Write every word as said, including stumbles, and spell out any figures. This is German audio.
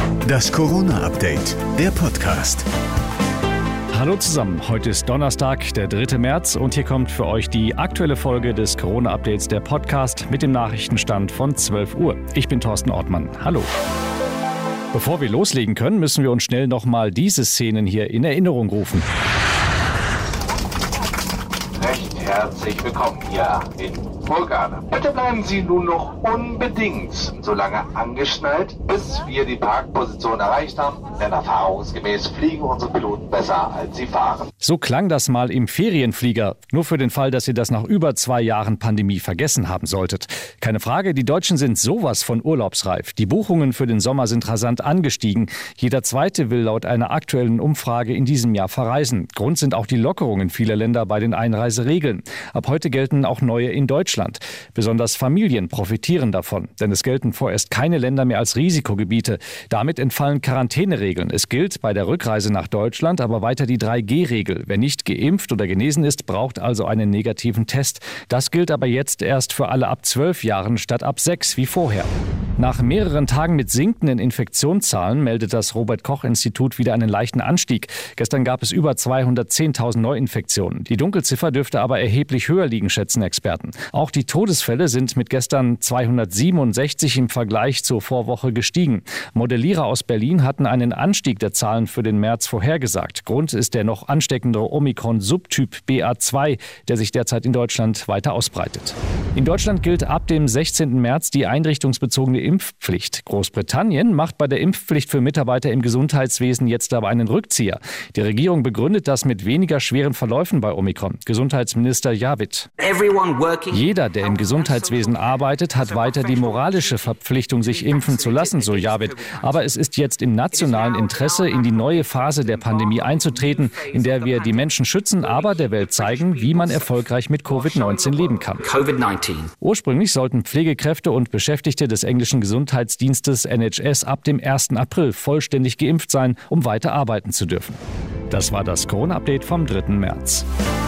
Das Corona-Update, der Podcast. Hallo zusammen, heute ist Donnerstag, der dritte März und hier kommt für euch die aktuelle Folge des Corona-Updates, der Podcast mit dem Nachrichtenstand von zwölf Uhr. Ich bin Thorsten Ortmann. Hallo. Bevor wir loslegen können, müssen wir uns schnell nochmal diese Szenen hier in Erinnerung rufen. Recht herzlich willkommen hier in Burgade. Bitte bleiben Sie nun noch unbedingt so lange angeschnallt, bis wir die Parkposition erreicht haben, denn erfahrungsgemäß fliegen unsere Piloten besser, als sie fahren. So klang das mal im Ferienflieger. Nur für den Fall, dass ihr das nach über zwei Jahren Pandemie vergessen haben solltet. Keine Frage, die Deutschen sind sowas von urlaubsreif. Die Buchungen für den Sommer sind rasant angestiegen. Jeder Zweite will laut einer aktuellen Umfrage in diesem Jahr verreisen. Grund sind auch die Lockerungen vieler Länder bei den Einreiseregeln. Ab heute gelten auch neue in Deutschland. Besonders Familien profitieren davon, denn es gelten vorerst keine Länder mehr als Risikogebiete. Damit entfallen Quarantäneregeln. Es gilt bei der Rückreise nach Deutschland aber weiter die drei G Regel. Wer nicht geimpft oder genesen ist, braucht also einen negativen Test. Das gilt aber jetzt erst für alle ab zwölf Jahren statt ab sechs wie vorher. Nach mehreren Tagen mit sinkenden Infektionszahlen meldet das Robert-Koch-Institut wieder einen leichten Anstieg. Gestern gab es über zweihundertzehntausend Neuinfektionen. Die Dunkelziffer dürfte aber erheblich höher liegen, schätzen Experten. Auch die Todesfälle sind mit gestern zweihundertsiebenundsechzig im Vergleich zur Vorwoche gestiegen. Modellierer aus Berlin hatten einen Anstieg der Zahlen für den März vorhergesagt. Grund ist der noch ansteckende Omikron-Subtyp B A zwei, der sich derzeit in Deutschland weiter ausbreitet. In Deutschland gilt ab dem sechzehnten März die einrichtungsbezogene Impfpflicht. Großbritannien macht bei der Impfpflicht für Mitarbeiter im Gesundheitswesen jetzt aber einen Rückzieher. Die Regierung begründet das mit weniger schweren Verläufen bei Omikron. Gesundheitsminister Javid. Jeder, der im Gesundheitswesen arbeitet, hat weiter die moralische Verpflichtung, sich impfen zu lassen, so Javid. Aber es ist jetzt im nationalen Interesse, in die neue Phase der Pandemie einzutreten, in der wir die Menschen schützen, aber der Welt zeigen, wie man erfolgreich mit Covid neunzehn leben kann. Ursprünglich sollten Pflegekräfte und Beschäftigte des englischen Gesundheitsdienstes N H S ab dem ersten April vollständig geimpft sein, um weiter arbeiten zu dürfen. Das war das Corona-Update vom dritten März.